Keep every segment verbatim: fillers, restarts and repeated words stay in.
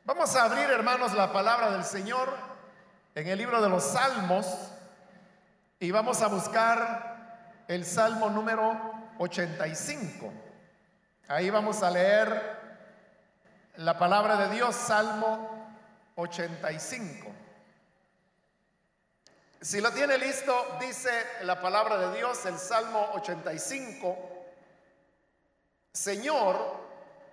Vamos a abrir, hermanos, la palabra del Señor en el libro de los Salmos y vamos a buscar el Salmo número ochenta y cinco. Ahí vamos a leer la palabra de Dios, Salmo ochenta y cinco. Si lo tiene listo, dice la palabra de Dios, el Salmo ochenta y cinco: Señor,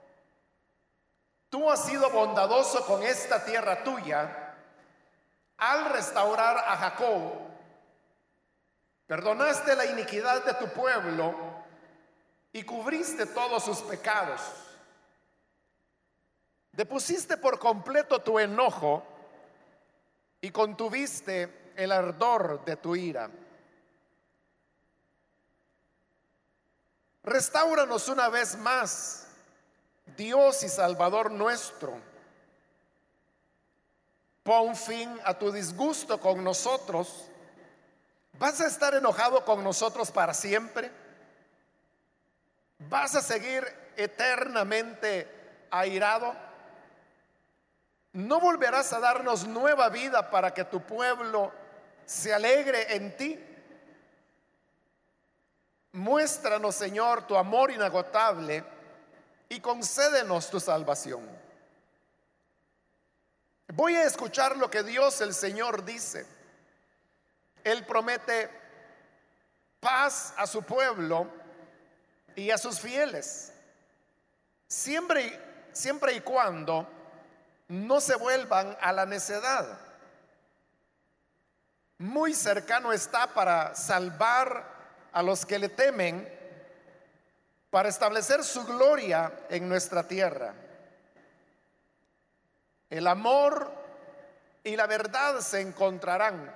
tú has sido bondadoso con esta tierra tuya al restaurar a Jacob. Perdonaste la iniquidad de tu pueblo y cubriste todos sus pecados. Depusiste por completo tu enojo y contuviste el ardor de tu ira. Restáuranos una vez más, Dios y Salvador nuestro. Pon fin a tu disgusto con nosotros. ¿Vas a estar enojado con nosotros para siempre? ¿Vas a seguir eternamente airado? ¿No volverás a darnos nueva vida para que tu pueblo se alegre en ti? Muéstranos, Señor, tu amor inagotable y concédenos tu salvación. Voy a escuchar lo que Dios el Señor dice. Él promete paz a su pueblo y a sus fieles, siempre y, siempre y cuando no se vuelvan a la necedad. Muy cercano está para salvar a los que le temen, para establecer su gloria en nuestra tierra. El amor y la verdad se encontrarán,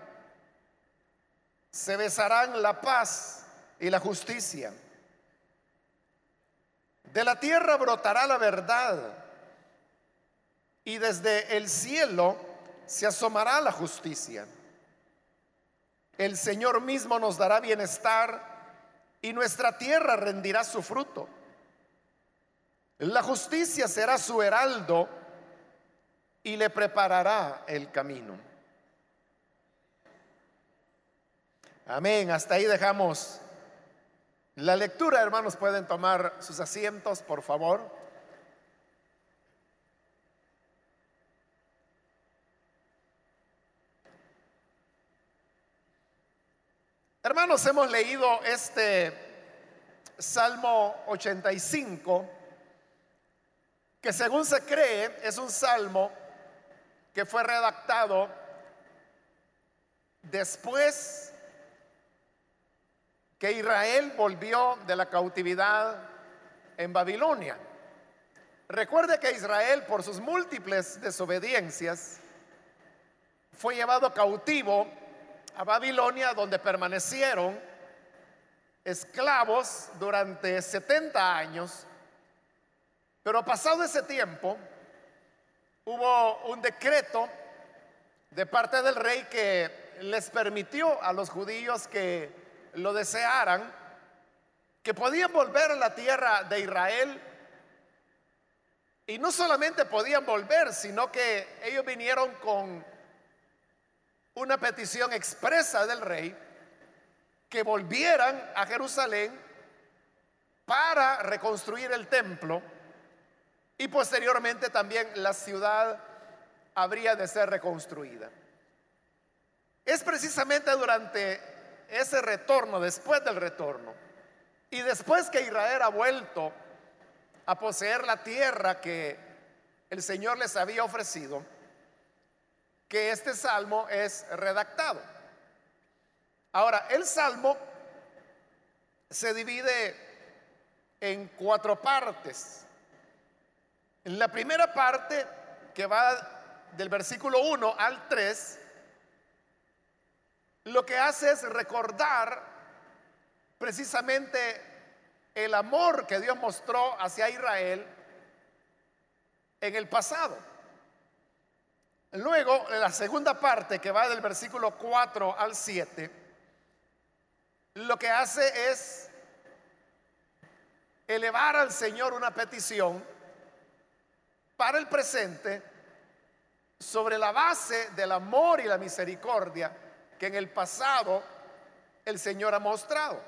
se besarán la paz y la justicia. De la tierra brotará la verdad y desde el cielo se asomará la justicia. El Señor mismo nos dará bienestar y nuestra tierra rendirá su fruto. La justicia será su heraldo y le preparará el camino. Amén. Hasta ahí dejamos la lectura. Hermanos, pueden tomar sus asientos, por favor. Hermanos, hemos leído este Salmo ochenta y cinco, que según se cree es un salmo que fue redactado después que Israel volvió de la cautividad en Babilonia. Recuerde que Israel, por sus múltiples desobediencias, fue llevado cautivo a Babilonia, donde permanecieron esclavos durante setenta años. Pero pasado ese tiempo, hubo un decreto de parte del rey que les permitió a los judíos que lo desearan, que podían volver a la tierra de Israel. Y no solamente podían volver, sino que ellos vinieron con una petición expresa del rey, que volvieran a Jerusalén para reconstruir el templo, y posteriormente también la ciudad habría de ser reconstruida. Es precisamente durante ese retorno, después del retorno, y después que Israel ha vuelto a poseer la tierra que el Señor les había ofrecido, que este salmo es redactado. Ahora, el salmo se divide en cuatro partes. En la primera parte, que va del versículo uno al tres, lo que hace es recordar precisamente el amor que Dios mostró hacia Israel en el pasado. Luego, en la segunda parte, que va del versículo cuatro al siete, lo que hace es elevar al Señor una petición para el presente sobre la base del amor y la misericordia que en el pasado el Señor ha mostrado.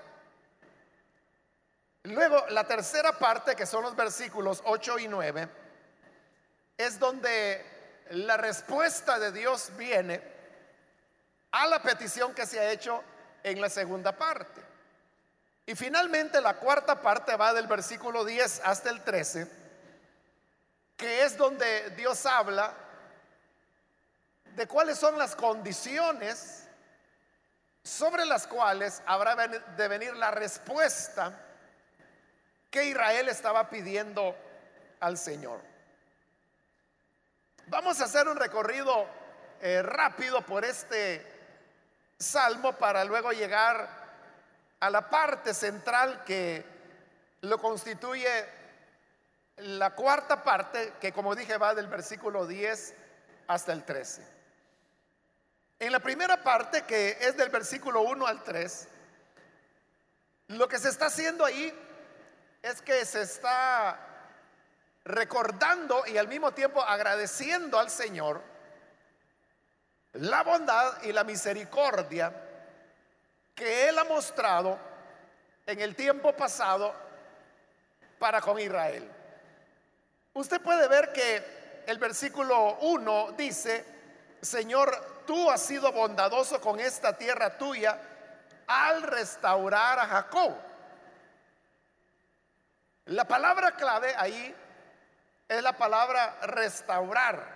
Luego, la tercera parte, que son los versículos ocho y nueve, es donde la respuesta de Dios viene a la petición que se ha hecho en la segunda parte. Y finalmente la cuarta parte va del versículo diez hasta el trece, que es donde Dios habla de cuáles son las condiciones sobre las cuales habrá de venir la respuesta que Israel estaba pidiendo al Señor. Vamos a hacer un recorrido eh, rápido por este salmo para luego llegar a la parte central que lo constituye la cuarta parte, que como dije va del versículo diez hasta el trece. En la primera parte, que es del versículo uno al tres, lo que se está haciendo ahí es que se está recordando y al mismo tiempo agradeciendo al Señor la bondad y la misericordia que Él ha mostrado en el tiempo pasado para con Israel. Usted puede ver que el versículo uno dice: Señor, tú has sido bondadoso con esta tierra tuya al restaurar a Jacob. La palabra clave ahí es la palabra restaurar.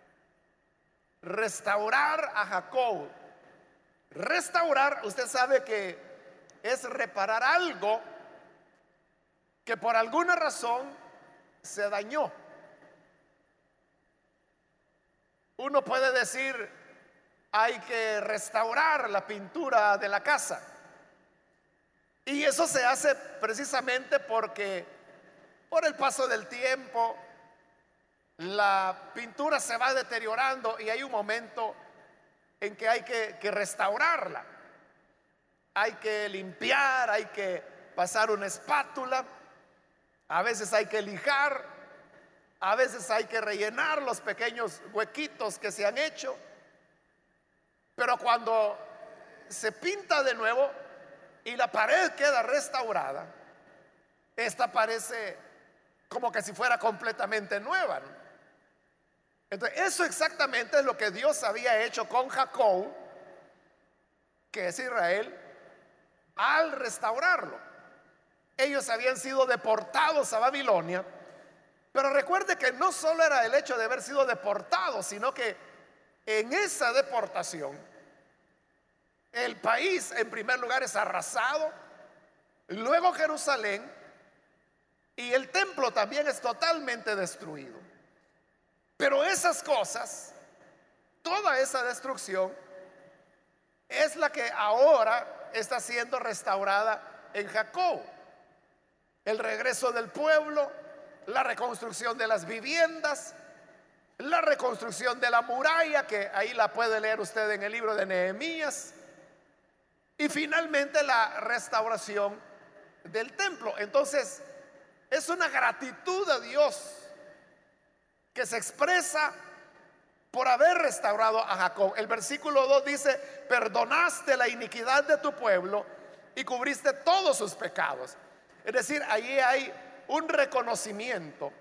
Restaurar a Jacob. Restaurar, usted sabe que es reparar algo que por alguna razón se dañó. Uno puede decir: hay que restaurar la pintura de la casa. Y eso se hace precisamente porque por el paso del tiempo la pintura se va deteriorando y hay un momento en que hay que, que restaurarla. Hay que limpiar, hay que pasar una espátula, a veces hay que lijar, a veces hay que rellenar los pequeños huequitos que se han hecho. Pero cuando se pinta de nuevo y la pared queda restaurada, esta parece como que si fuera completamente nueva, ¿no? Entonces, eso exactamente es lo que Dios había hecho con Jacob, que es Israel, al restaurarlo. Ellos habían sido deportados a Babilonia, pero recuerde que no solo era el hecho de haber sido deportados, sino que en esa deportación el país en primer lugar es arrasado, luego Jerusalén, y el templo también es totalmente destruido. Pero esas cosas, toda esa destrucción, es la que ahora está siendo restaurada en Jacob. El regreso del pueblo, la reconstrucción de las viviendas, la reconstrucción de la muralla, que ahí la puede leer usted en el libro de Nehemías, y finalmente la restauración del templo. Entonces, es una gratitud a Dios que se expresa por haber restaurado a Jacob. El versículo dos dice: perdonaste la iniquidad de tu pueblo y cubriste todos sus pecados. Es decir, allí hay un reconocimiento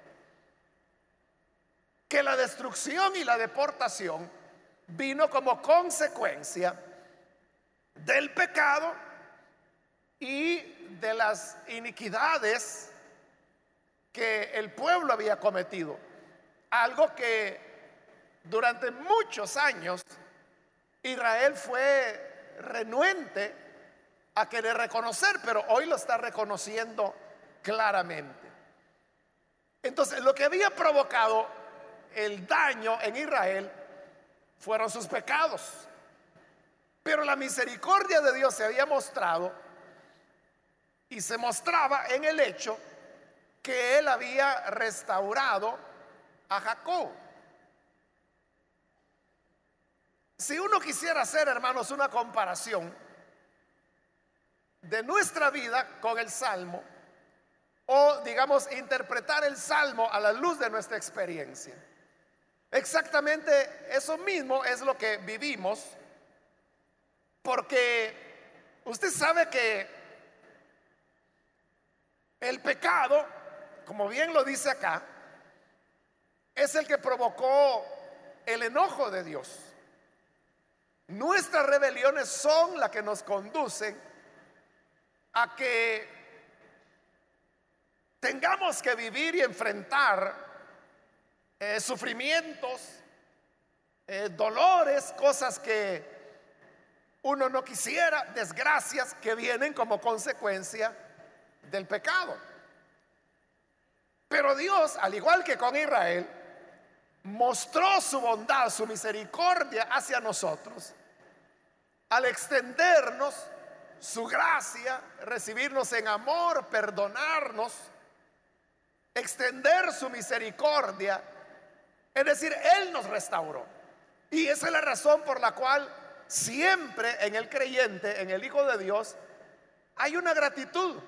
que la destrucción y la deportación vino como consecuencia del pecado y de las iniquidades que el pueblo había cometido. Algo que durante muchos años Israel fue renuente a querer reconocer, pero hoy lo está reconociendo claramente. Entonces, lo que había provocado el daño en Israel fueron sus pecados, pero la misericordia de Dios se había mostrado y se mostraba en el hecho que Él había restaurado a Jacob. Si uno quisiera hacer, hermanos, una comparación de nuestra vida con el Salmo, o digamos interpretar el Salmo a la luz de nuestra experiencia, Exactamente eso mismo es lo que vivimos, porque usted sabe que el pecado, como bien lo dice acá, es el que provocó el enojo de Dios. Nuestras rebeliones son las que nos conducen a que tengamos que vivir y enfrentar eh, sufrimientos, eh, dolores, cosas que uno no quisiera, desgracias que vienen como consecuencia del pecado. Pero Dios, al igual que con Israel, mostró su bondad, su misericordia hacia nosotros al extendernos su gracia, recibirnos en amor, perdonarnos, extender su misericordia. Es decir, Él nos restauró. Y esa es la razón por la cual siempre en el creyente, en el Hijo de Dios, hay una gratitud.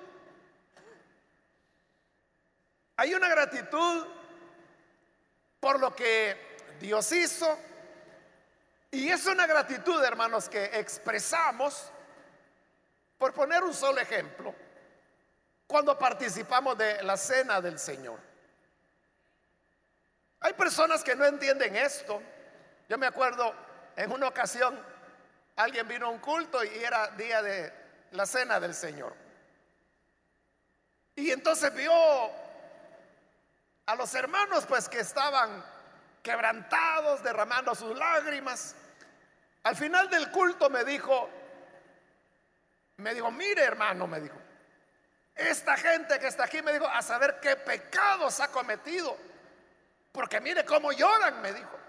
Hay una gratitud por lo que Dios hizo. Y es una gratitud, hermanos, que expresamos, por poner un solo ejemplo, cuando participamos de la cena del Señor. Hay personas que no entienden esto. Yo me acuerdo en una ocasión alguien vino a un culto y era día de la cena del Señor. Y entonces vio a los hermanos pues que estaban quebrantados, derramando sus lágrimas. Al final del culto me dijo, me dijo, mire hermano, me dijo, esta gente que está aquí, me dijo, a saber qué pecados ha cometido, porque mire cómo lloran, me dijo.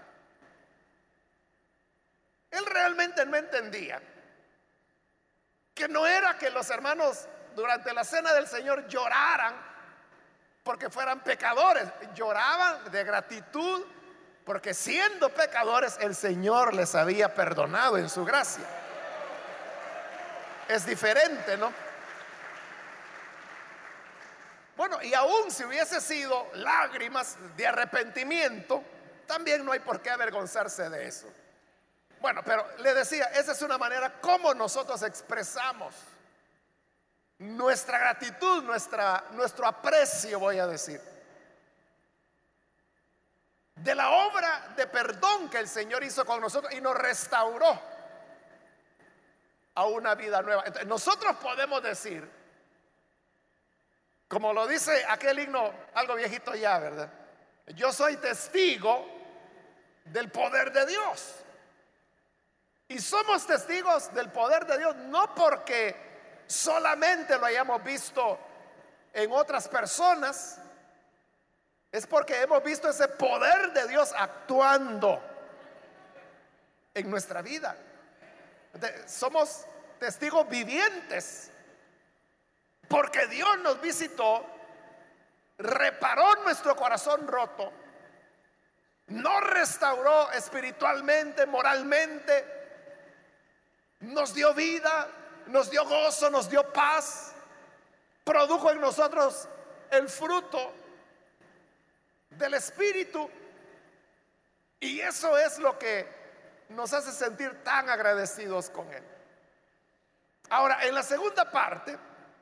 Él realmente no entendía que no era que los hermanos durante la cena del Señor lloraran porque fueran pecadores, lloraban de gratitud porque siendo pecadores el Señor les había perdonado en su gracia. Es diferente, ¿no? Bueno, y aún si hubiese sido lágrimas de arrepentimiento, también no hay por qué avergonzarse de eso. Bueno, pero le decía, esa es una manera como nosotros expresamos nuestra gratitud, nuestra, nuestro aprecio, voy a decir, de la obra de perdón que el Señor hizo con nosotros y nos restauró a una vida nueva. Entonces, nosotros podemos decir, como lo dice aquel himno, algo viejito ya, ¿verdad? Yo soy testigo del poder de Dios. Y somos testigos del poder de Dios no porque solamente lo hayamos visto en otras personas, es porque hemos visto ese poder de Dios actuando en nuestra vida. Entonces, somos testigos vivientes porque Dios nos visitó, reparó nuestro corazón roto, nos restauró espiritualmente, moralmente, nos dio vida, nos dio gozo, nos dio paz, produjo en nosotros el fruto del Espíritu. Y eso es lo que nos hace sentir tan agradecidos con Él. Ahora, en la segunda parte,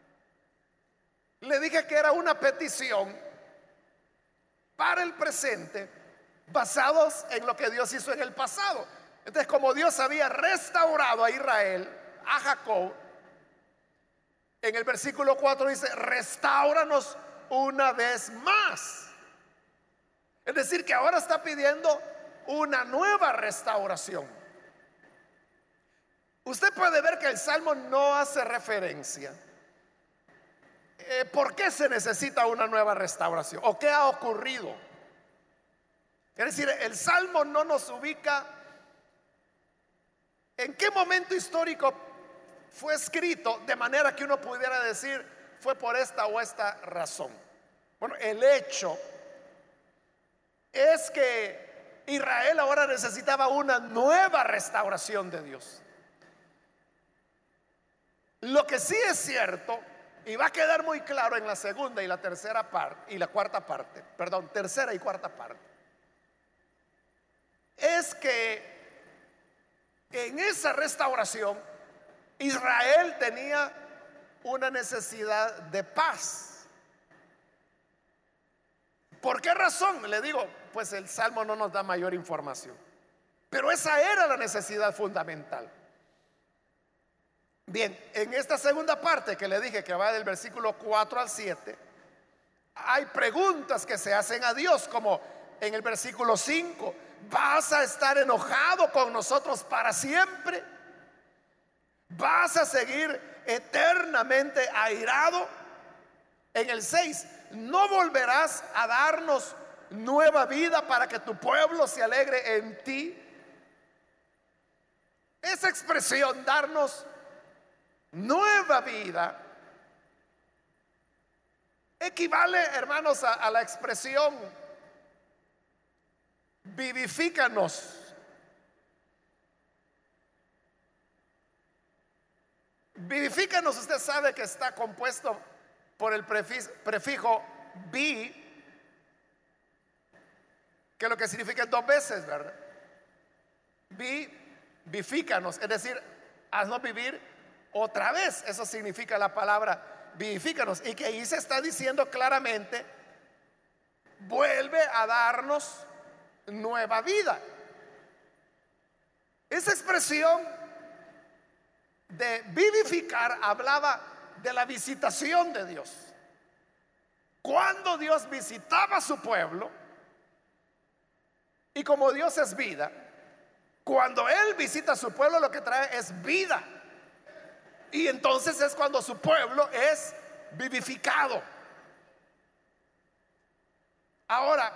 le dije que era una petición para el presente, basados en lo que Dios hizo en el pasado. Entonces, como Dios había restaurado a Israel, a Jacob, en el versículo cuatro dice, restáuranos una vez más. Es decir, que ahora está pidiendo una nueva restauración. Usted puede ver que el Salmo no hace referencia eh, ¿por qué se necesita una nueva restauración? ¿O qué ha ocurrido? Es decir, el Salmo no nos ubica en qué momento histórico fue escrito, de manera que uno pudiera decir fue por esta o esta razón. Bueno, el hecho es que Israel ahora necesitaba una nueva restauración de Dios. Lo que sí es cierto, y va a quedar muy claro en la segunda y la tercera parte, y la cuarta parte, perdón, tercera y cuarta parte, es que en esa restauración Israel tenía una necesidad de paz. ¿Por qué razón? Le digo, pues el Salmo no nos da mayor información, pero esa era la necesidad fundamental. Bien, en esta segunda parte que le dije, que va del versículo cuatro al siete, hay preguntas que se hacen a Dios, como en el versículo cinco: ¿vas a estar enojado con nosotros para siempre? ¿Vas a seguir eternamente airado? En el seis: ¿no volverás a darnos nueva vida para que tu pueblo se alegre en ti? Esa expresión, darnos nueva vida, equivale, hermanos, a, a la expresión vivifícanos. Vivifícanos, usted sabe que está compuesto por el prefijo, prefijo vi, que lo que significa dos veces, ¿verdad? Vivifícanos, es decir, haznos vivir otra vez. Eso significa la palabra vivifícanos. Y que ahí se está diciendo claramente: vuelve a darnos nueva vida. Esa expresión de vivificar hablaba de la visitación de Dios. Cuando Dios visitaba a su pueblo, y como Dios es vida, cuando Él visita a su pueblo, lo que trae es vida. Y entonces es cuando su pueblo es vivificado. Ahora,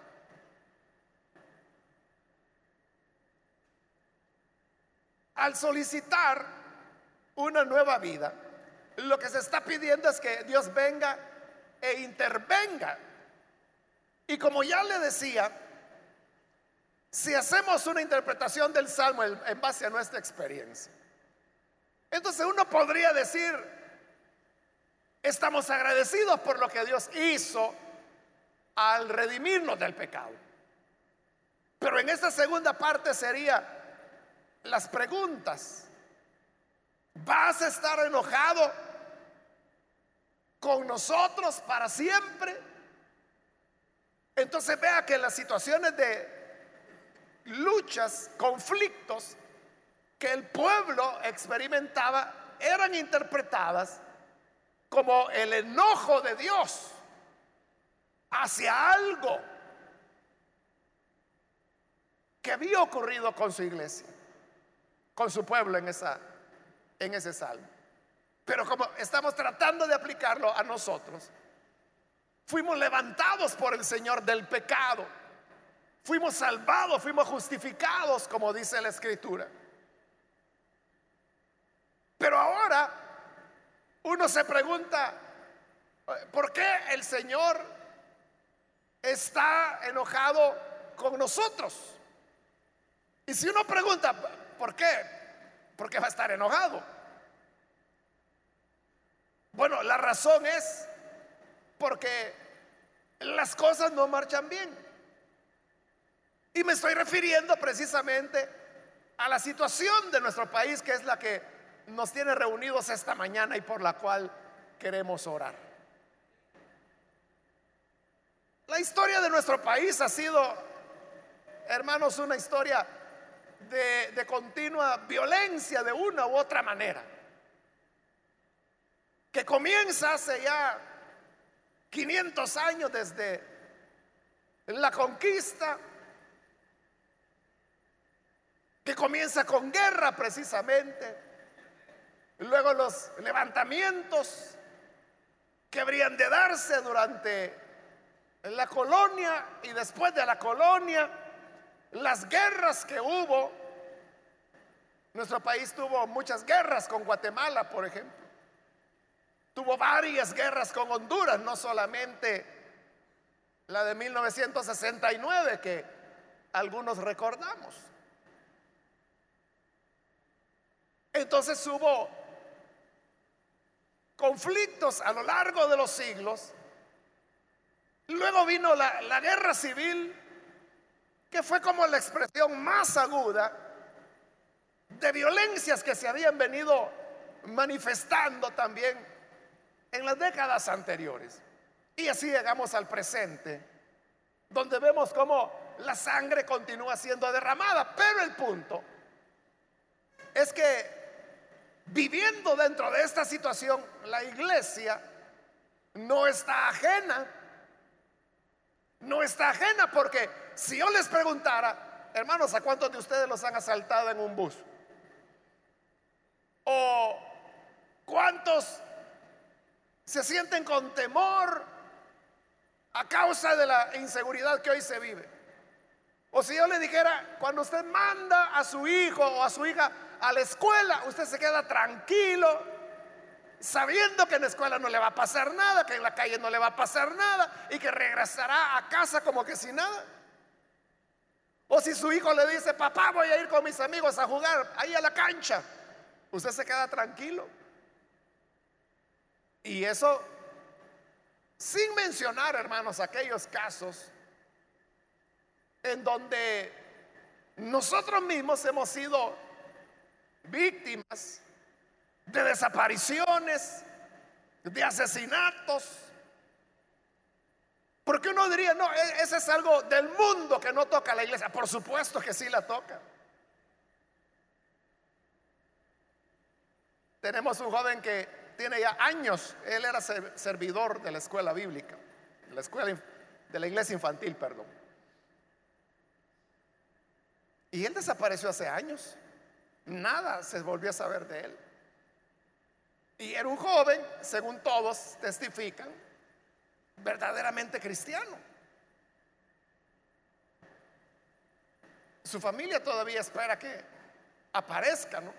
al solicitar una nueva vida, lo que se está pidiendo es que Dios venga e intervenga. Y como ya le decía, si hacemos una interpretación del Salmo en base a nuestra experiencia, entonces uno podría decir: estamos agradecidos por lo que Dios hizo al redimirnos del pecado. Pero en esta segunda parte sería las preguntas: ¿vas a estar enojado con nosotros para siempre? Entonces vea que las situaciones de luchas, conflictos que el pueblo experimentaba eran interpretadas como el enojo de Dios hacia algo que había ocurrido con su iglesia, con su pueblo en esa, en ese salmo. Pero como estamos tratando de aplicarlo a nosotros, fuimos levantados por el Señor del pecado, fuimos salvados, fuimos justificados, como dice la Escritura. Pero ahora uno se pregunta: ¿por qué el Señor está enojado con nosotros? Y si uno pregunta: ¿por qué? ¿Por qué va a estar enojado? Bueno, la razón es porque las cosas no marchan bien. Y me estoy refiriendo precisamente a la situación de nuestro país, que es la que nos tiene reunidos esta mañana y por la cual queremos orar. La historia de nuestro país ha sido, hermanos, una historia de, de continua violencia de una u otra manera, que comienza hace ya quinientos años desde la conquista, que comienza con guerra precisamente, luego los levantamientos que habrían de darse durante la colonia y después de la colonia, las guerras que hubo. Nuestro país tuvo muchas guerras con Guatemala, por ejemplo. Tuvo varias guerras con Honduras, no solamente la de mil novecientos sesenta y nueve que algunos recordamos. Entonces hubo conflictos a lo largo de los siglos. Luego vino la, la guerra civil, que fue como la expresión más aguda de violencias que se habían venido manifestando también en las décadas anteriores. Y así llegamos al presente, donde vemos cómo la sangre continúa siendo derramada. Pero el punto es que, viviendo dentro de esta situación, la iglesia no está ajena. No está ajena, porque si yo les preguntara, hermanos, ¿a cuántos de ustedes los han asaltado en un bus? ¿O cuántos se sienten con temor a causa de la inseguridad que hoy se vive? O si yo le dijera, cuando usted manda a su hijo o a su hija a la escuela, usted se queda tranquilo, sabiendo que en la escuela no le va a pasar nada, que en la calle no le va a pasar nada, y que regresará a casa como que sin nada. O si su hijo le dice, papá, voy a ir con mis amigos a jugar ahí a la cancha, usted se queda tranquilo. Y eso sin mencionar, hermanos, aquellos casos en donde nosotros mismos hemos sido víctimas de desapariciones, de asesinatos. Porque uno diría, no, ese es algo del mundo que no toca a la iglesia. Por supuesto que sí la toca. Tenemos un joven que tiene ya años, él era servidor de la escuela bíblica, de la escuela de la iglesia infantil, perdón. Y él desapareció hace años. Nada se volvió a saber de él. Y era un joven, según todos testifican, verdaderamente cristiano. Su familia todavía espera que aparezca, ¿no?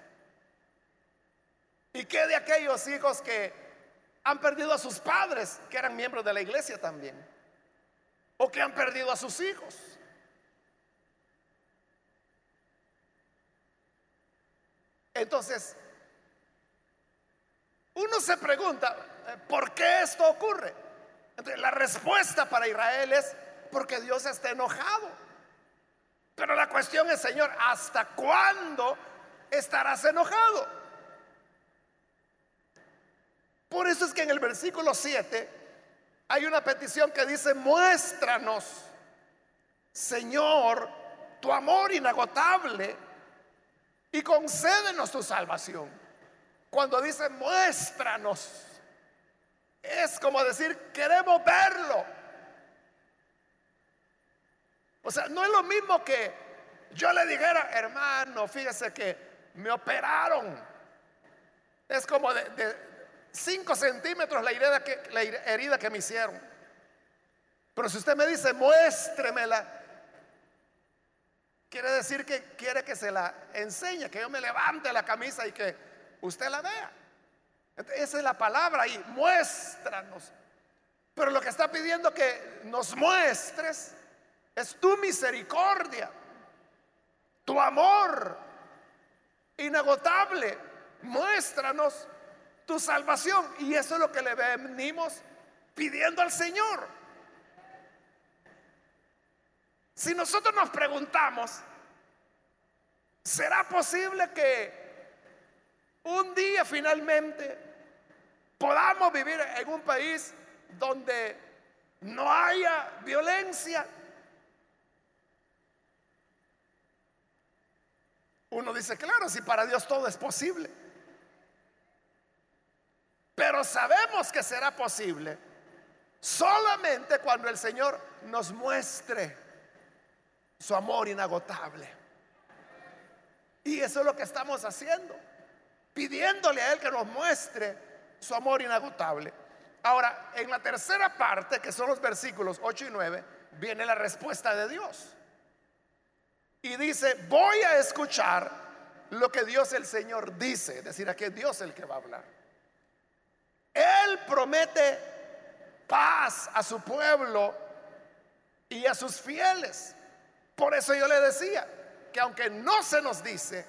¿Y qué de aquellos hijos que han perdido a sus padres, que eran miembros de la iglesia también? O que han perdido a sus hijos. Entonces, uno se pregunta, ¿por qué esto ocurre? Entonces, la respuesta para Israel es porque Dios está enojado. Pero la cuestión es, Señor, ¿hasta cuándo estarás enojado? Por eso es que en el versículo siete hay una petición que dice, muéstranos, Señor, tu amor inagotable y concédenos tu salvación. Cuando dice muéstranos, es como decir, queremos verlo. O sea, no es lo mismo que yo le dijera, hermano, fíjese que me operaron. Es como de, de cinco centímetros la herida, que, la herida que me hicieron. Pero si usted me dice, muéstremela, quiere decir que quiere que se la enseñe, que yo me levante la camisa y que usted la vea. Esa es la palabra ahí, muéstranos. Pero lo que está pidiendo que nos muestres es tu misericordia, tu amor inagotable. Muéstranos tu salvación. Y eso es lo que le venimos pidiendo al Señor. Si nosotros nos preguntamos, ¿será posible que un día finalmente podamos vivir en un país donde no haya violencia? Uno dice, claro, si para Dios todo es posible. Pero sabemos que será posible solamente cuando el Señor nos muestre su amor inagotable. Y eso es lo que estamos haciendo, pidiéndole a Él que nos muestre su amor inagotable. Ahora, en la tercera parte, que son los versículos ocho y nueve, viene la respuesta de Dios. Y dice, voy a escuchar lo que Dios el Señor dice. Es decir, aquí es Dios el que va a hablar. Él promete paz a su pueblo y a sus fieles. Por eso yo le decía que aunque no se nos dice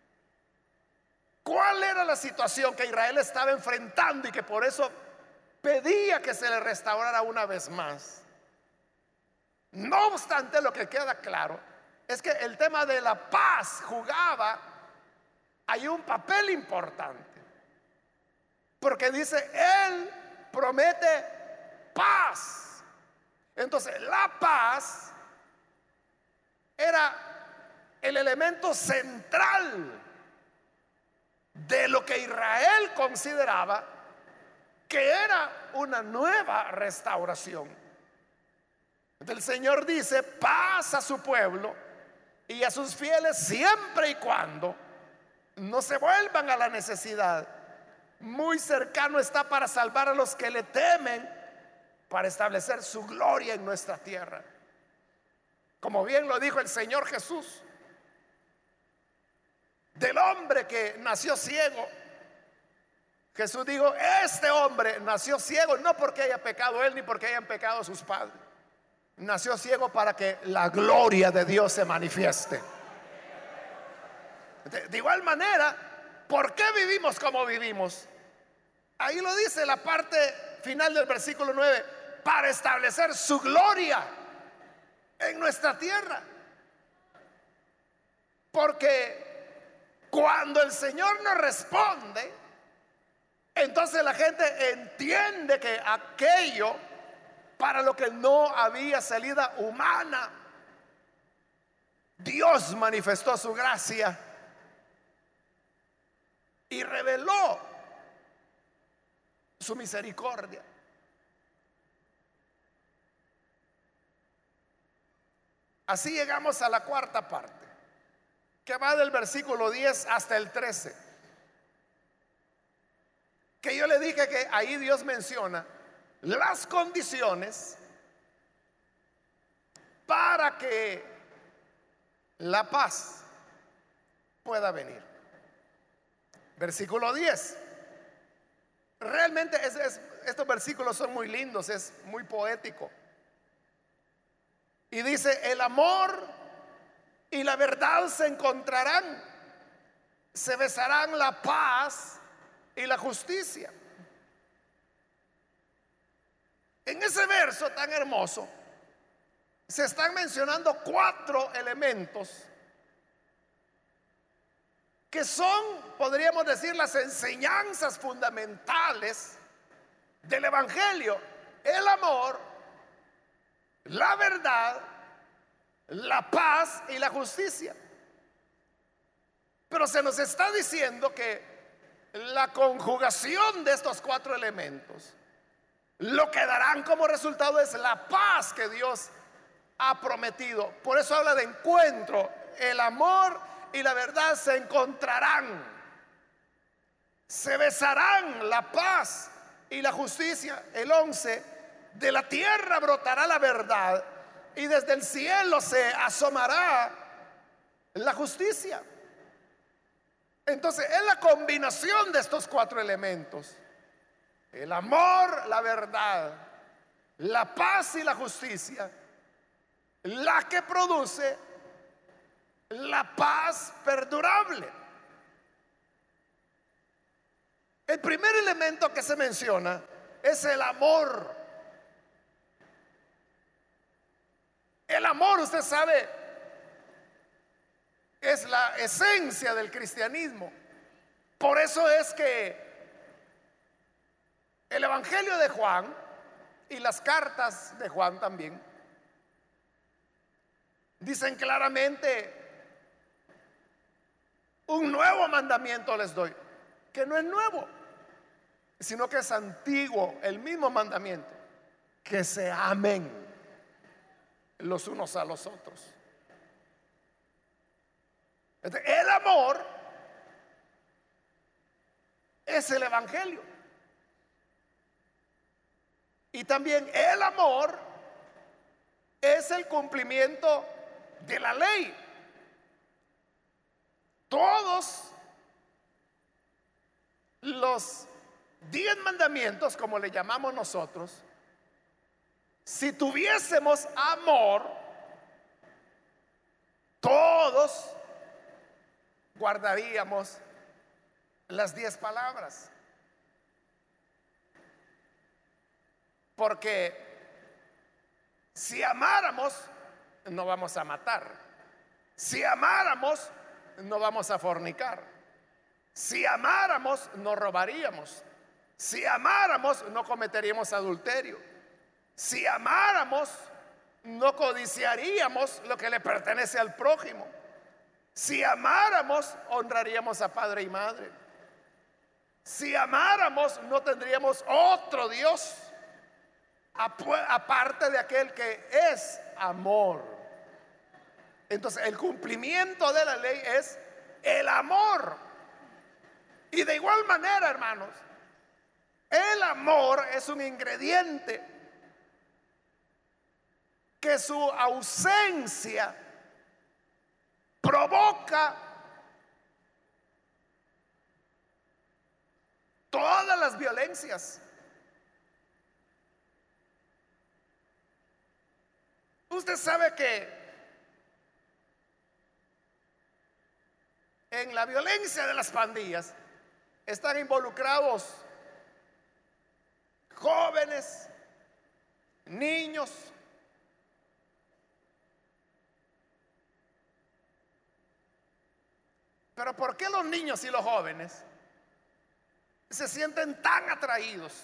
cuál era la situación que Israel estaba enfrentando y que por eso pedía que se le restaurara una vez más, no obstante, lo que queda claro es que el tema de la paz jugaba hay un papel importante, porque dice, Él promete paz. Entonces, la paz era el elemento central de lo que Israel consideraba que era una nueva restauración. El Señor dice, paz a su pueblo y a sus fieles siempre y cuando no se vuelvan a la necesidad. Muy cercano está para salvar a los que le temen, para establecer su gloria en nuestra tierra. Como bien lo dijo el Señor Jesús, del hombre que nació ciego, Jesús dijo, este hombre nació ciego no porque haya pecado él ni porque hayan pecado sus padres. Nació ciego para que la gloria de Dios se manifieste. De, de igual manera, ¿por qué vivimos como vivimos? Ahí lo dice la parte final del versículo nueve, para establecer su gloria en nuestra tierra. Porque cuando el Señor nos responde, entonces la gente entiende que aquello para lo que no había salida humana, Dios manifestó su gracia y reveló su misericordia. Así llegamos a la cuarta parte, que va del versículo diez hasta el trece, que yo le dije que ahí Dios menciona las condiciones para que la paz pueda venir. Versículo diez. Realmente es, es, estos versículos son muy lindos, es muy poético. Y dice, el amor y la verdad se encontrarán, se besarán la paz y la justicia. En ese verso tan hermoso se están mencionando cuatro elementos que son, podríamos decir, las enseñanzas fundamentales del Evangelio: el amor, la verdad, la paz y la justicia. Pero se nos está diciendo que la conjugación de estos cuatro elementos, lo que darán como resultado es la paz que Dios ha prometido. Por eso habla de encuentro. El amor y la verdad se encontrarán, se besarán la paz y la justicia. El once, de la tierra brotará la verdad y desde el cielo se asomará la justicia. Entonces es la combinación de estos cuatro elementos: el amor, la verdad, la paz y la justicia, la que produce la paz perdurable. El primer elemento que se menciona es el amor. El amor, usted sabe, es la esencia del cristianismo. Por eso es que el Evangelio de Juan y las cartas de Juan también dicen claramente: un nuevo mandamiento les doy, que no es nuevo, sino que es antiguo, el mismo mandamiento, que se amen los unos a los otros. El amor es el Evangelio. Y también el amor es el cumplimiento de la ley. Todos los diez mandamientos, como le llamamos nosotros, si tuviésemos amor, todos guardaríamos las diez palabras. Porque si amáramos, no vamos a matar. Si amáramos, no vamos a fornicar. Si amáramos, no robaríamos. Si amáramos, no cometeríamos adulterio. Si amáramos, no codiciaríamos lo que le pertenece al prójimo. Si amáramos, honraríamos a padre y madre. Si amáramos, no tendríamos otro Dios aparte de aquel que es amor. Entonces, el cumplimiento de la ley es el amor. Y de igual manera, hermanos, el amor es un ingrediente que su ausencia provoca todas las violencias. Usted sabe que en la violencia de las pandillas están involucrados jóvenes, niños. Pero ¿por qué los niños y los jóvenes se sienten tan atraídos?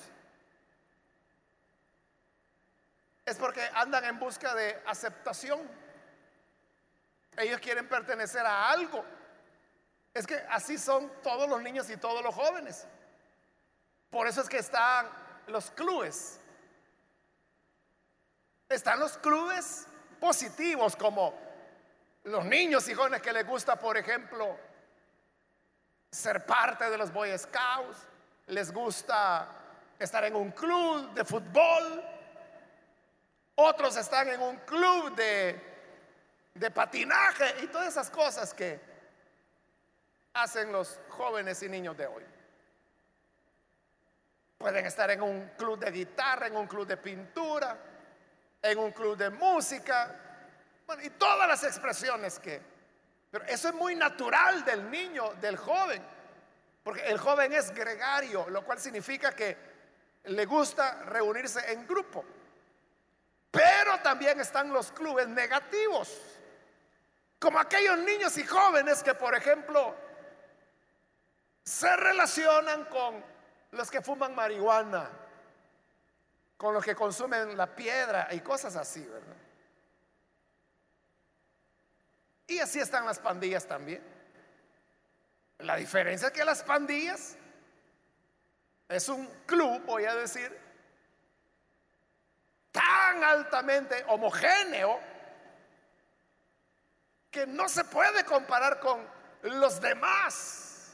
Es porque andan en busca de aceptación. Ellos quieren pertenecer a algo. Es que así son todos los niños y todos los jóvenes. Por eso es que están los clubes. Están los clubes positivos, como los niños y jóvenes que les gusta, por ejemplo, ser parte de los Boy Scouts, les gusta estar en un club de fútbol, otros están en un club de, de patinaje y todas esas cosas que hacen los jóvenes y niños de hoy. Pueden estar en un club de guitarra, en un club de pintura, en un club de música, bueno, y todas las expresiones que... Pero eso es muy natural del niño, del joven, porque el joven es gregario, lo cual significa que le gusta reunirse en grupo. Pero también están los clubes negativos, como aquellos niños y jóvenes que, por ejemplo, se relacionan con los que fuman marihuana, con los que consumen la piedra y cosas así, ¿verdad? Y así están las pandillas también. La diferencia es que las pandillas es un club, voy a decir, tan altamente homogéneo que no se puede comparar con los demás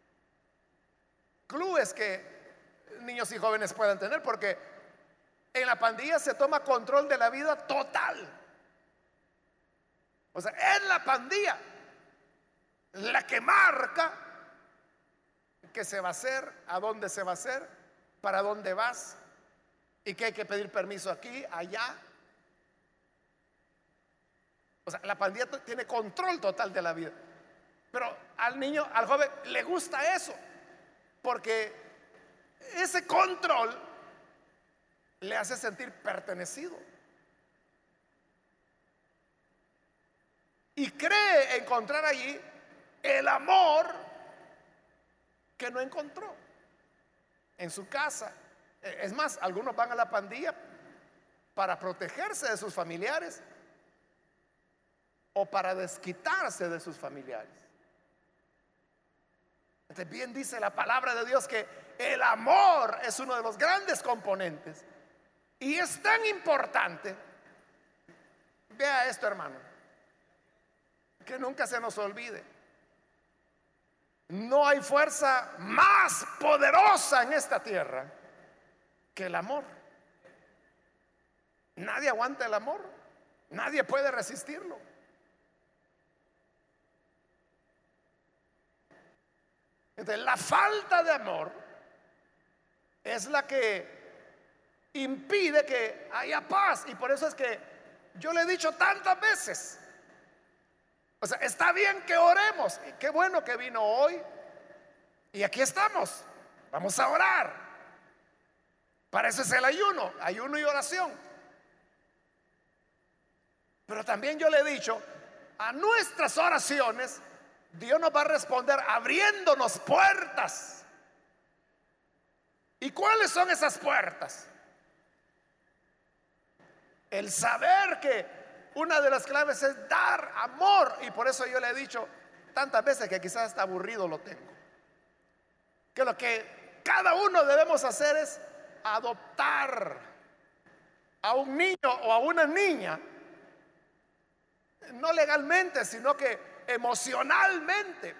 clubes que niños y jóvenes puedan tener, porque en la pandilla se toma control de la vida total. O sea, es la pandilla la que marca qué se va a hacer, a dónde se va a hacer, para dónde vas y que hay que pedir permiso aquí, allá. O sea, la pandilla tiene control total de la vida. Pero al niño, al joven, le gusta eso, porque ese control le hace sentir pertenecido. Y cree encontrar allí el amor que no encontró en su casa. Es más, algunos van a la pandilla para protegerse de sus familiares o para desquitarse de sus familiares. Entonces, bien dice la palabra de Dios que el amor es uno de los grandes componentes y es tan importante. Vea esto, hermano, que nunca se nos olvide. No hay fuerza más poderosa en esta tierra que el amor. Nadie aguanta el amor, nadie puede resistirlo. Entonces, la falta de amor es la que impide que haya paz. Y por eso es que yo le he dicho tantas veces, o sea, está bien que oremos, y qué bueno que vino hoy y aquí estamos, vamos a orar. Para eso es el ayuno, ayuno y oración. Pero también yo le he dicho a nuestras oraciones, Dios nos va a responder abriéndonos puertas. ¿Y cuáles son esas puertas? El saber que una de las claves es dar amor. Y por eso yo le he dicho tantas veces que quizás hasta aburrido lo tengo. Que lo que cada uno debemos hacer es adoptar a un niño o a una niña. No legalmente, sino que emocionalmente.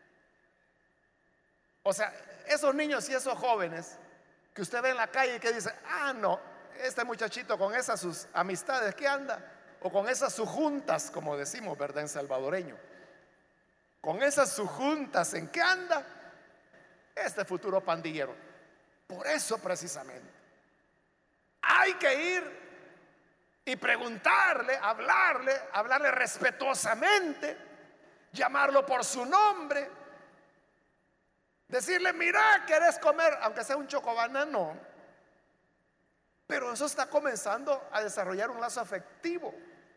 O sea, esos niños y esos jóvenes que usted ve en la calle y que dice, ah, no, este muchachito con esas sus amistades, ¿qué anda? O con esas sujuntas, como decimos, ¿verdad? En salvadoreño. Con esas sujuntas, ¿en qué anda? Este futuro pandillero. Por eso precisamente hay que ir y preguntarle, hablarle, hablarle respetuosamente, llamarlo por su nombre, decirle, mira, ¿querés comer? Aunque sea un chocobanano. Pero eso está comenzando a desarrollar un lazo afectivo.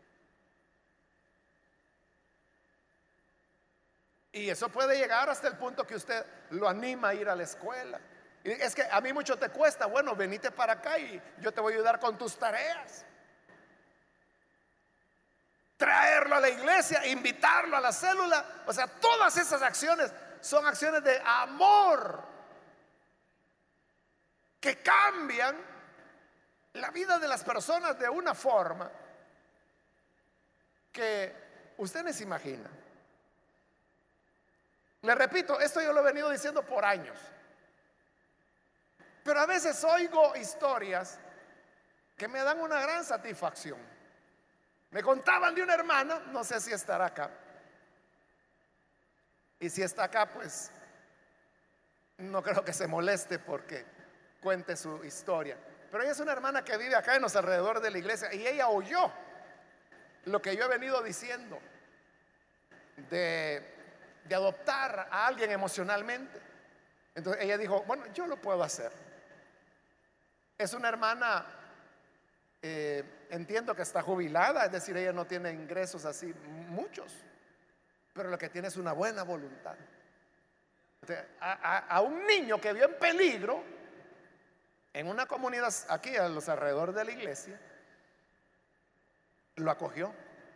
Y eso puede llegar hasta el punto que usted lo anima a ir a la escuela. Y es que a mí mucho te cuesta. Bueno, venite para acá y yo te voy a ayudar con tus tareas. Traerlo a la iglesia, invitarlo a la célula. O sea, todas esas acciones son acciones de amor que cambian la vida de las personas de una forma que usted no se imagina. Le repito, esto yo lo he venido diciendo por años, pero a veces oigo historias que me dan una gran satisfacción. Me contaban de una hermana, no sé si estará acá, y si está acá, pues no creo que se moleste porque cuente su historia. Pero ella es una hermana que vive acá en los alrededores de la iglesia y ella oyó lo que yo he venido diciendo de, de adoptar a alguien emocionalmente. Entonces ella dijo, bueno, yo lo puedo hacer. Es una hermana, eh, entiendo que está jubilada, es decir, ella no tiene ingresos así muchos, pero lo que tiene es una buena voluntad. Entonces, a, a, a un niño que vio en peligro en una comunidad aquí a los alrededores de la iglesia, lo acogió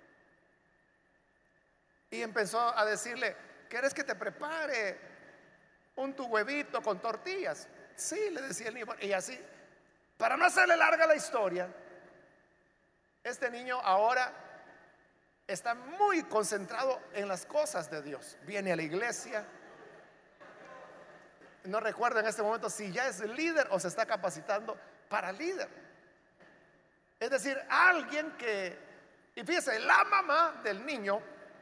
y empezó a decirle, ¿quieres que te prepare un tu huevito con tortillas? Sí, le decía el niño. Y así, para no hacerle larga la historia, este niño ahora está muy concentrado en las cosas de Dios. Viene a la iglesia. No recuerdo en este momento si ya es líder o se está capacitando para líder. Es decir, alguien que, y fíjese, la mamá del niño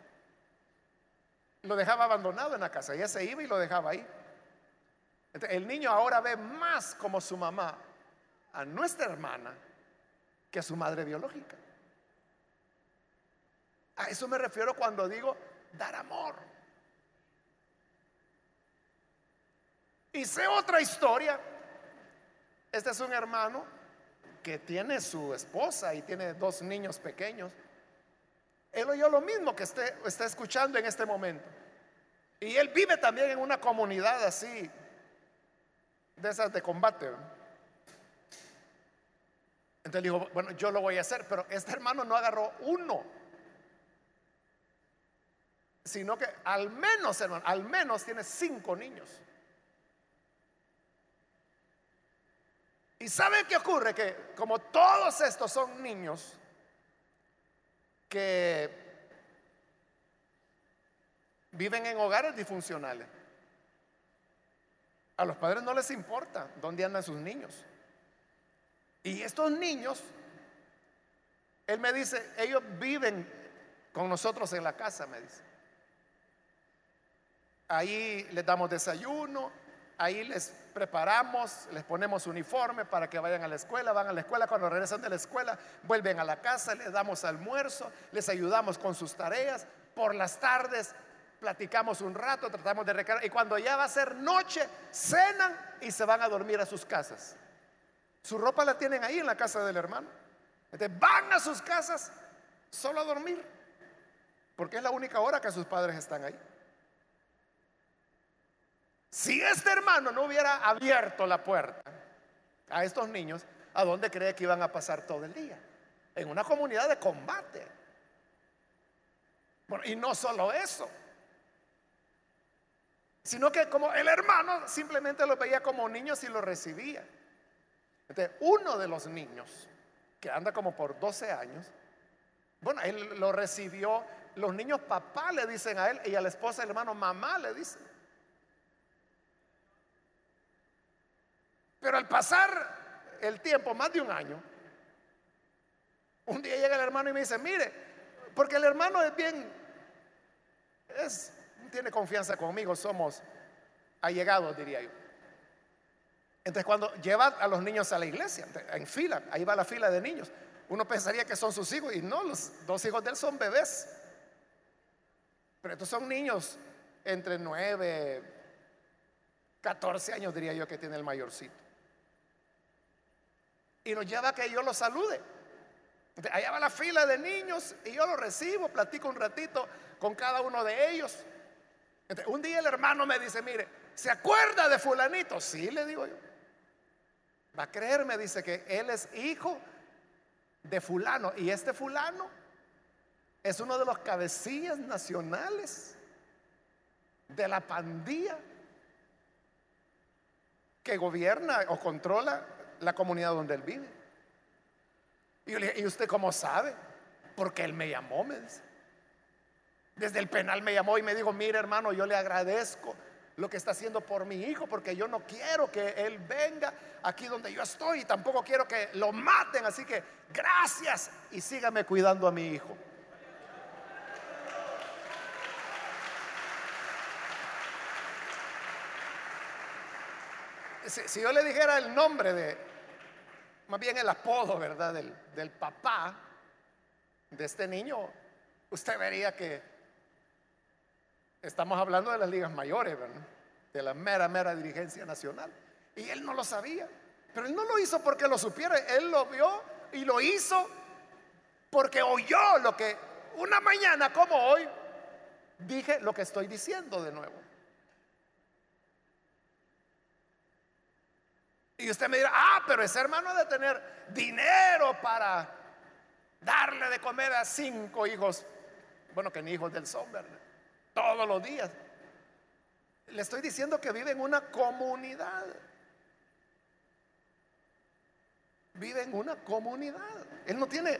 lo dejaba abandonado en la casa. Ella se iba y lo dejaba ahí. Entonces, el niño ahora ve más como su mamá a nuestra hermana que a su madre biológica. A eso me refiero cuando digo dar amor. Y sé otra historia. Este es un hermano que tiene su esposa y tiene dos niños pequeños. Él oyó lo mismo que usted está escuchando en este momento. Y él vive también en una comunidad así, de esas de combate. Entonces dijo, bueno, yo lo voy a hacer. Pero este hermano no agarró uno, sino que al menos, hermano, al menos tiene cinco niños. ¿Y saben qué ocurre? Que como todos estos son niños que viven en hogares disfuncionales, a los padres no les importa dónde andan sus niños. Y estos niños, él me dice, ellos viven con nosotros en la casa, me dice. Ahí les damos desayuno, ahí les preparamos, les ponemos uniforme para que vayan a la escuela, van a la escuela, cuando regresan de la escuela vuelven a la casa, les damos almuerzo, les ayudamos con sus tareas, por las tardes platicamos un rato, tratamos de recargar, y cuando ya va a ser noche, cenan y se van a dormir a sus casas. Su ropa la tienen ahí en la casa del hermano. Entonces van a sus casas solo a dormir. porque es la única hora que sus padres están ahí. Si este hermano no hubiera abierto la puerta a estos niños, ¿a dónde cree que iban a pasar todo el día? En una comunidad de combate. Bueno, y no solo eso, sino que como el hermano simplemente los veía como niños y los recibía. Entonces, uno de los niños, que anda como por doce años, bueno, él lo recibió. Los niños papá le dicen a él, y a la esposa del hermano mamá le dicen. Pero al pasar el tiempo, más de un año, un día llega el hermano y me dice: mire, porque el hermano es bien, es, tiene confianza conmigo, somos allegados, diría yo. Entonces, cuando lleva a los niños a la iglesia, en fila, ahí va la fila de niños, uno pensaría que son sus hijos, y no, los dos hijos de él son bebés. Pero estos son niños entre nueve, catorce años, diría yo, que tiene el mayorcito. Y nos lleva a que yo los salude. Entonces, allá va la fila de niños y yo los recibo, platico un ratito con cada uno de ellos. Entonces, un día el hermano me dice: mire, ¿se acuerda de fulanito? Sí, le digo yo. Va a creer, me dice, que él es hijo de fulano, y este fulano es uno de los cabecillas nacionales de la pandilla que gobierna o controla la comunidad donde él vive. Y yo le dije: ¿y usted cómo sabe? Porque él me llamó, me dice. Desde el penal me llamó y me dijo: mire, hermano, yo le agradezco lo que está haciendo por mi hijo, porque yo no quiero que él venga aquí donde yo estoy, y tampoco quiero que lo maten, así que gracias, y sígame cuidando a mi hijo. Si, si yo le dijera el nombre de, más bien el apodo, ¿verdad?, del, del papá de este niño, usted vería que estamos hablando de las ligas mayores, ¿verdad?, de la mera, mera dirigencia nacional. Y él no lo sabía, pero él no lo hizo porque lo supiera, él lo vio y lo hizo porque oyó lo que una mañana como hoy dije, lo que estoy diciendo de nuevo. Y usted me dirá: ah, pero ese hermano ha de tener dinero para darle de comer a cinco hijos, bueno, que ni hijos del son, ¿verdad?, todos los días. Le estoy diciendo que vive en una comunidad. Vive en una comunidad. Él no tiene,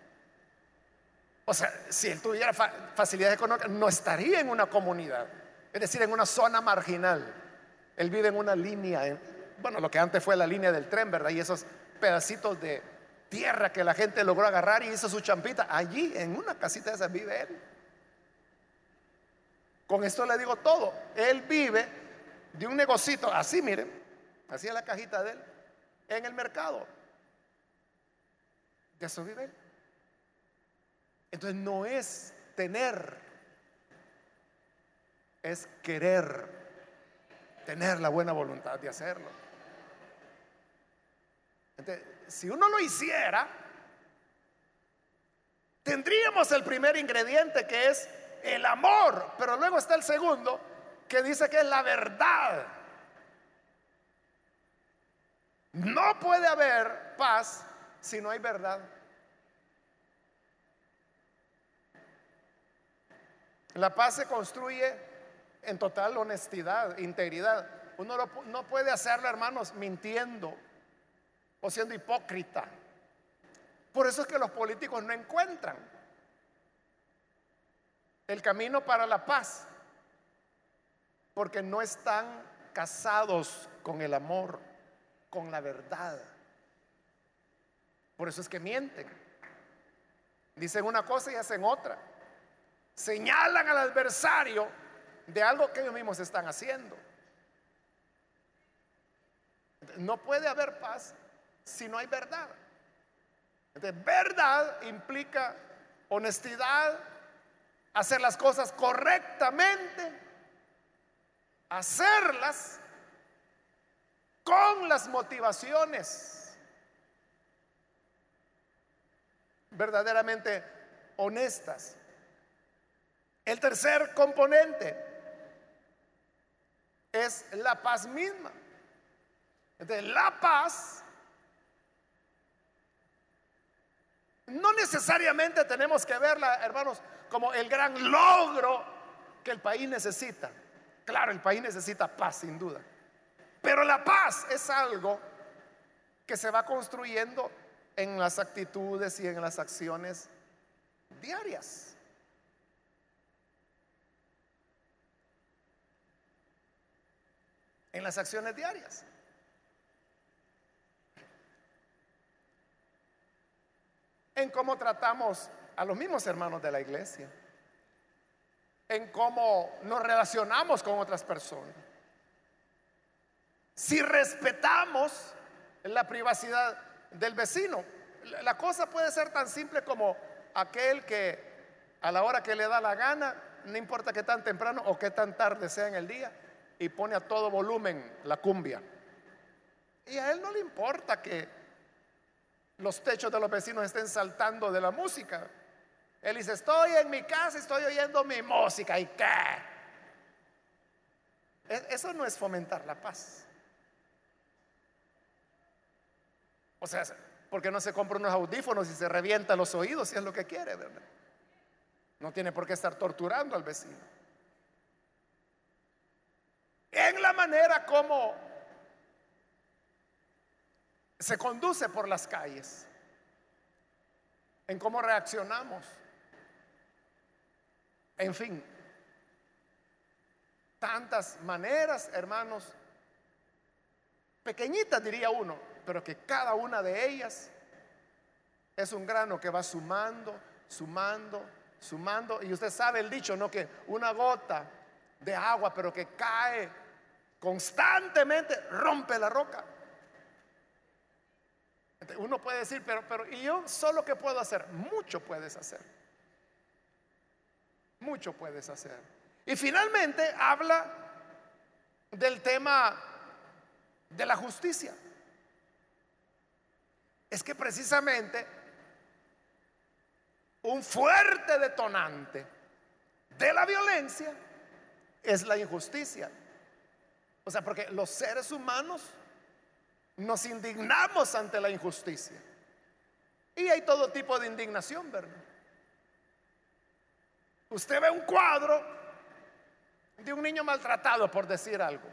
o sea, si él tuviera fa facilidades económicas, no estaría en una comunidad, es decir, en una zona marginal. Él vive en una línea, en, bueno, lo que antes fue la línea del tren, ¿verdad? Y esos pedacitos de tierra que la gente logró agarrar y hizo su champita. Allí, en una casita de esas, vive él. Con esto le digo todo. Él vive de un negocito, así, miren, así es la cajita de él, en el mercado. De eso vive él. Entonces no es tener, es querer, tener la buena voluntad de hacerlo. Entonces, si uno lo hiciera, tendríamos el primer ingrediente, que es el amor, pero luego está el segundo, que dice que es la verdad. No puede haber paz si no hay verdad. La paz se construye en total honestidad, integridad. Uno no, no puede hacerlo, hermanos, mintiendo o siendo hipócrita. Por eso es que los políticos no encuentran el camino para la paz, porque no están casados con el amor, con la verdad. Por eso es que mienten, dicen una cosa y hacen otra, señalan al adversario de algo que ellos mismos están haciendo. No puede haber paz si no hay verdad. Entonces, verdad implica honestidad, hacer las cosas correctamente, hacerlas con las motivaciones verdaderamente honestas. El tercer componente es la paz misma. Entonces, la paz no necesariamente tenemos que verla, hermanos, como el gran logro que el país necesita. Claro, el país necesita paz, sin duda. Pero la paz es algo que se va construyendo en las actitudes y en las acciones diarias. En las acciones diarias. En cómo tratamos a los mismos hermanos de la iglesia. En cómo nos relacionamos con otras personas. Si respetamos la privacidad del vecino. La cosa puede ser tan simple como aquel que a la hora que le da la gana, no importa qué tan temprano o qué tan tarde sea en el día, y pone a todo volumen la cumbia. Y a él no le importa que los techos de los vecinos estén saltando de la música. Él dice: estoy en mi casa, estoy oyendo mi música. ¿Y qué? Eso no es fomentar la paz. O sea, porque no se compra unos audífonos y se revienta los oídos si es lo que quiere, ¿verdad? No tiene por qué estar torturando al vecino. En la manera como se conduce por las calles, en cómo reaccionamos, en fin, tantas maneras, hermanos, pequeñitas diría uno, pero que cada una de ellas es un grano que va sumando, sumando, sumando. Y usted sabe el dicho, ¿no? Que una gota de agua, pero que cae constantemente, rompe la roca. Uno puede decir, pero, pero ¿y yo solo qué puedo hacer? Mucho puedes hacer. Mucho puedes hacer. Y finalmente habla del tema de la justicia. Es que precisamente un fuerte detonante de la violencia es la injusticia. O sea, porque los seres humanos nos indignamos ante la injusticia. Y hay todo tipo de indignación, ¿verdad? Usted ve un cuadro de un niño maltratado, por decir algo.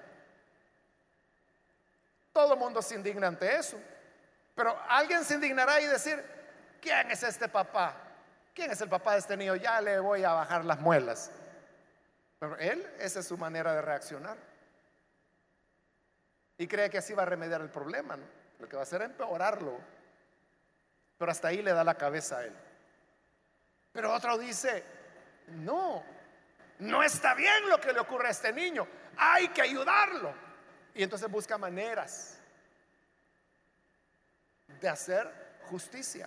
Todo el mundo se indigna ante eso. Pero alguien se indignará y decir: ¿quién es este papá? ¿Quién es el papá de este niño? Ya le voy a bajar las muelas. Pero él, esa es su manera de reaccionar. Y cree que así va a remediar el problema, ¿no? Lo que va a hacer es empeorarlo. Pero hasta ahí le da la cabeza a él. Pero otro dice: no, no está bien lo que le ocurre a este niño. Hay que ayudarlo. Y entonces busca maneras de hacer justicia.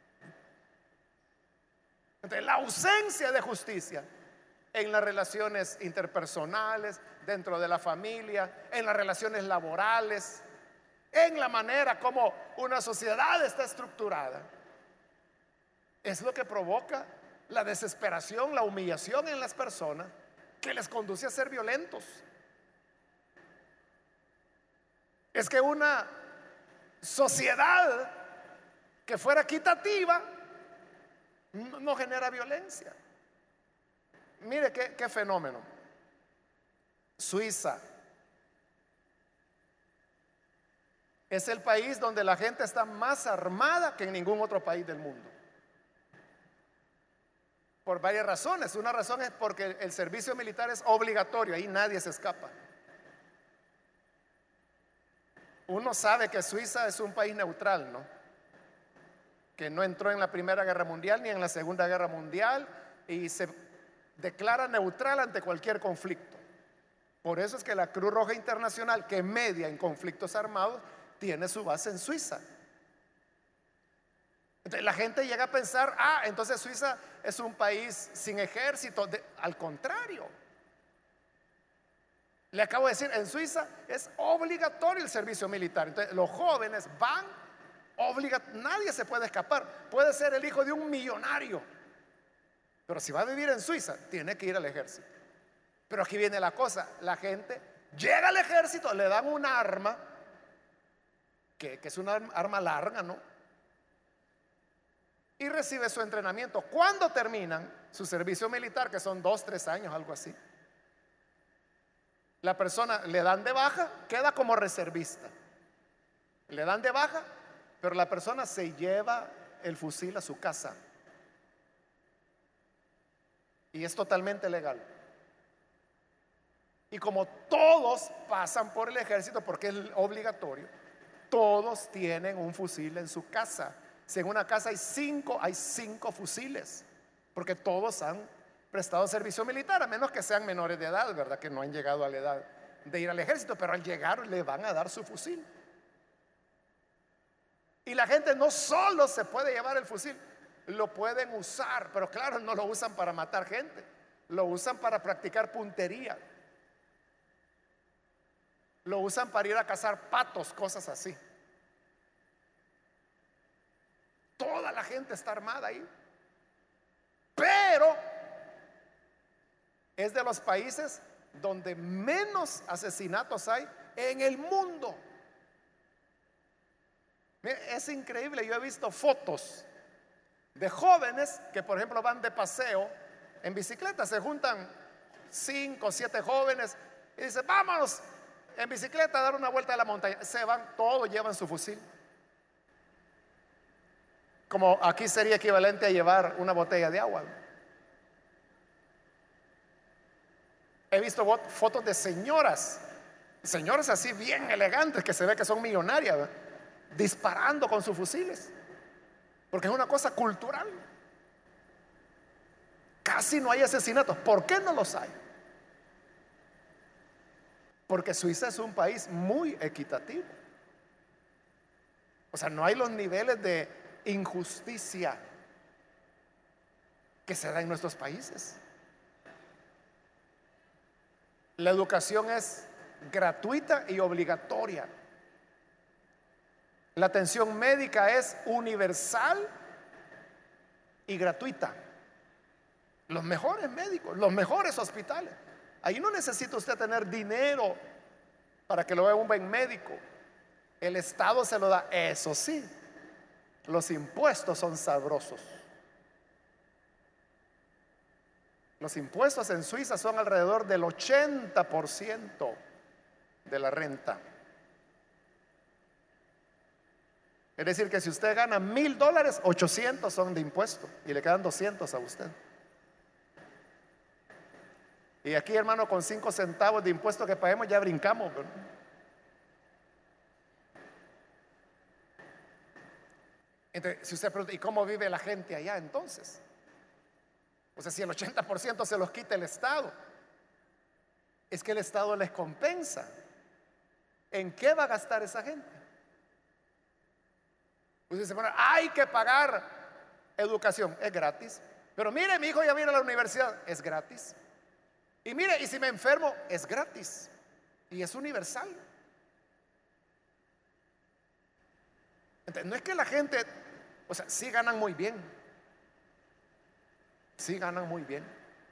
Entonces, la ausencia de justicia en las relaciones interpersonales, dentro de la familia, en las relaciones laborales, en la manera como una sociedad está estructurada, es lo que provoca la desesperación, la humillación en las personas, que les conduce a ser violentos. Es que una sociedad que fuera equitativa no, no genera violencia. Mire qué, qué fenómeno. Suiza es el país donde la gente está más armada que en ningún otro país del mundo. Por varias razones. Una razón es porque el servicio militar es obligatorio, ahí nadie se escapa. Uno sabe que Suiza es un país neutral, ¿no? Que no entró en la Primera Guerra Mundial ni en la Segunda Guerra Mundial y se declara neutral ante cualquier conflicto. Por eso es que la Cruz Roja Internacional, que media en conflictos armados, tiene su base en Suiza. Entonces, la gente llega a pensar: ah, entonces Suiza es un país sin ejército. De, al contrario, le acabo de decir, en Suiza es obligatorio el servicio militar. Entonces los jóvenes van obligatoriamente, nadie se puede escapar. Puede ser el hijo de un millonario, Pero si va a vivir en Suiza, tiene que ir al ejército. Pero aquí viene la cosa, la gente llega al ejército, le dan un arma, que, que es una arma larga, ¿no? Y recibe su entrenamiento. Cuando terminan su servicio militar, que son dos, tres años, algo así, la persona le dan de baja, queda como reservista. Le dan de baja, pero la persona se lleva el fusil a su casa. Y es totalmente legal. Y como todos pasan por el ejército, porque es obligatorio, todos tienen un fusil en su casa. Si en una casa hay cinco, hay cinco fusiles, porque todos han prestado servicio militar, a menos que sean menores de edad, ¿verdad? Que no han llegado a la edad de ir al ejército, pero al llegar le van a dar su fusil. Y la gente no solo se puede llevar el fusil, lo pueden usar, pero claro, no lo usan para matar gente, lo usan para practicar puntería, lo usan para ir a cazar patos, cosas así. Toda la gente está armada ahí. Pero es de los países donde menos asesinatos hay en el mundo. Mire, es increíble. Yo he visto fotos de jóvenes que, por ejemplo, van de paseo en bicicleta. Se juntan cinco o siete jóvenes y dicen: vámonos en bicicleta a dar una vuelta a la montaña. Se van, todos llevan su fusil. Como aquí sería equivalente a llevar una botella de agua. He visto fotos de señoras, señoras así bien elegantes, que se ve que son millonarias, ¿verdad?, disparando con sus fusiles, porque es una cosa cultural. Casi no hay asesinatos. ¿Por qué no los hay? Porque Suiza es un país muy equitativo. O sea, no hay los niveles de injusticia que se da en nuestros países. La educación es gratuita y obligatoria. La atención médica es universal y gratuita. Los mejores médicos, los mejores hospitales. Ahí no necesita usted tener dinero para que lo vea un buen médico. El Estado se lo da. Eso sí, los impuestos son sabrosos. Los impuestos en Suiza son alrededor del ochenta por ciento de la renta. Es decir, que si usted gana mil dólares, ochocientos son de impuestos y le quedan doscientos a usted. Y aquí, hermano, con cinco centavos de impuestos que paguemos ya brincamos, ¿verdad? Entonces, si usted pregunta: ¿y cómo vive la gente allá entonces? O sea, si el ochenta por ciento se los quita el Estado, es que el Estado les compensa. ¿En qué va a gastar esa gente? Usted dice: bueno, hay que pagar educación, es gratis. Pero mire, mi hijo ya viene a la universidad, es gratis. Y mire, y si me enfermo, es gratis. Y es universal. Entonces, no es que la gente, o sea, sí ganan muy bien. Sí ganan muy bien.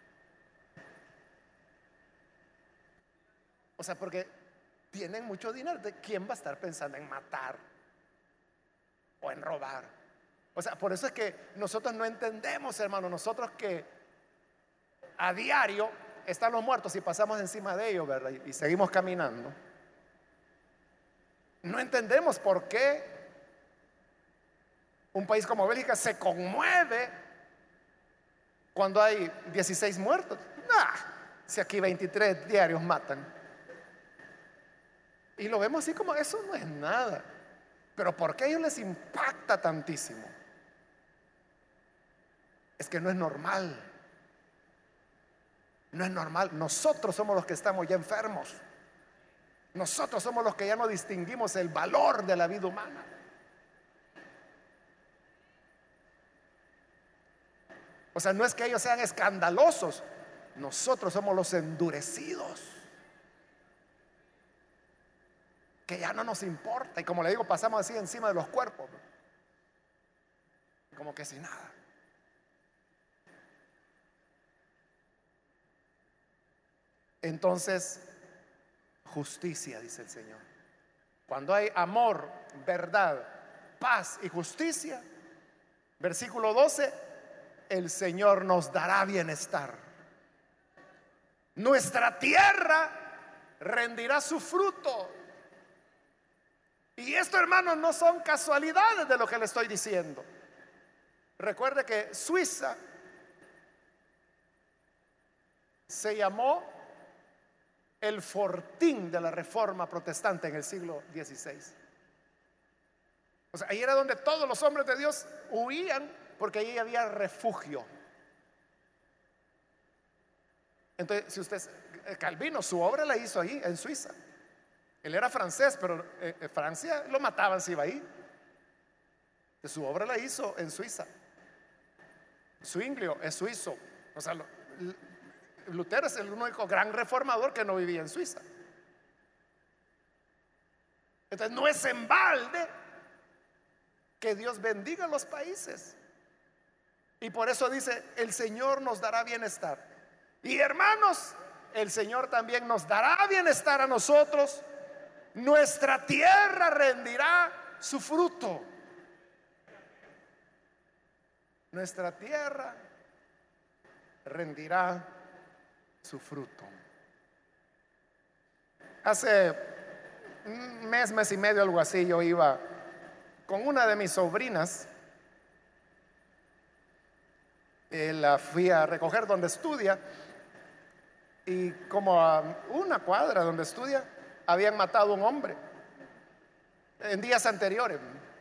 O sea, porque tienen mucho dinero. ¿De quién va a estar pensando en matar o en robar? O sea, por eso es que nosotros no entendemos, hermano, nosotros que a diario están los muertos y pasamos encima de ellos, ¿verdad? Y, y seguimos caminando. No entendemos por qué un país como Bélgica se conmueve cuando hay dieciséis muertos. Nah, si aquí veintitrés diarios matan. Y lo vemos así como: eso no es nada. Pero ¿por qué a ellos les impacta tantísimo? Es que no es normal. No es normal. Nosotros somos los que estamos ya enfermos. Nosotros somos los que ya no distinguimos el valor de la vida humana. O sea, no es que ellos sean escandalosos. Nosotros somos los endurecidos, que ya no nos importa. Y como le digo, pasamos así encima de los cuerpos, ¿no? Como que sin nada. entonces justicia, dice el Señor. Cuando hay amor, verdad, paz y justicia, versículo doce, el Señor nos dará bienestar. Nuestra tierra rendirá su fruto. Y esto, hermanos, no son casualidades de lo que le estoy diciendo. Recuerde que Suiza se llamó el fortín de la Reforma protestante en el siglo dieciséis. O sea, ahí era donde todos los hombres de Dios huían, porque ahí había refugio. Entonces, si usted, Calvino, su obra la hizo ahí, en Suiza. Él era francés, pero en Francia lo mataban si iba ahí. Su obra la hizo en Suiza. Zwinglio es suizo. O sea, Lutero es el único gran reformador que no vivía en Suiza. Entonces, no es en balde que Dios bendiga los países. Y por eso dice, el Señor nos dará bienestar. Y hermanos, el Señor también nos dará bienestar a nosotros. Nuestra tierra rendirá su fruto. Nuestra tierra rendirá su fruto. Hace un mes, mes y medio, algo así, yo iba con una de mis sobrinas. Eh, la fui a recoger donde estudia, y como a una cuadra donde estudia habían matado a un hombre en días anteriores.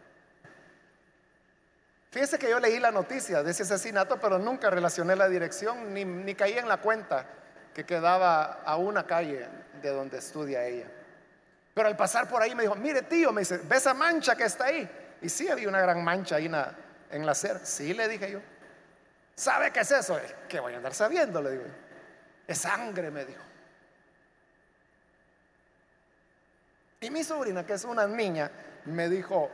Fíjese que yo leí la noticia de ese asesinato, pero nunca relacioné la dirección, ni, ni caí en la cuenta que quedaba a una calle de donde estudia ella. Pero al pasar por ahí me dijo, mire tío, me dice, ¿ve esa mancha que está ahí? Y sí, había una gran mancha ahí en la, en la acera. Sí, le dije yo. ¿Sabe qué es eso? ¿Qué voy a andar sabiendo? Le digo. Es sangre, me dijo. Y mi sobrina, que es una niña, me dijo,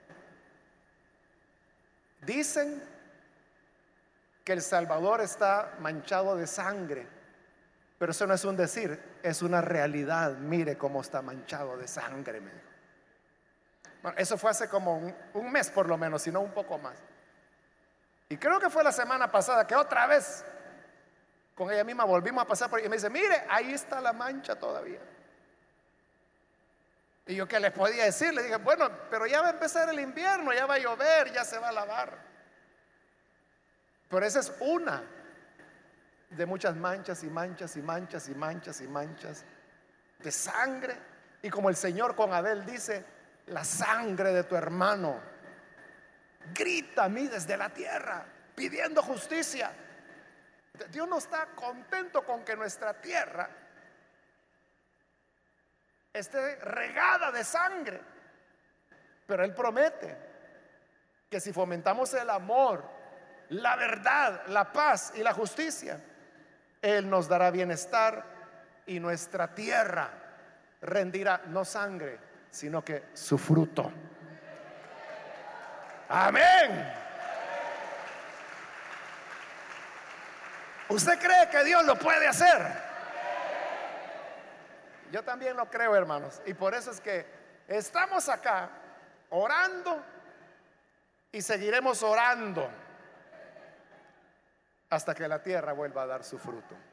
dicen que El Salvador está manchado de sangre, pero eso no es un decir, es una realidad. Mire cómo está manchado de sangre, me dijo. Bueno, eso fue hace como un, un mes por lo menos, si no un poco más. Y creo que fue la semana pasada que otra vez con ella misma volvimos a pasar por ahí, y me dice, mire, ahí está la mancha todavía. Y yo, ¿qué les podía decir? Le dije, bueno, pero ya va a empezar el invierno, ya va a llover, ya se va a lavar. Pero esa es una de muchas manchas y manchas y manchas y manchas y manchas de sangre. Y como el Señor con Abel dice, la sangre de tu hermano grita a mí desde la tierra pidiendo justicia. Dios no está contento con que nuestra tierra esté regada de sangre, pero Él promete que si fomentamos el amor, la verdad, la paz y la justicia, Él nos dará bienestar y nuestra tierra rendirá no sangre, sino que su fruto. Amén. ¿Usted cree que Dios lo puede hacer? Yo también lo creo, hermanos. Y por eso es que estamos acá orando y seguiremos orando hasta que la tierra vuelva a dar su fruto.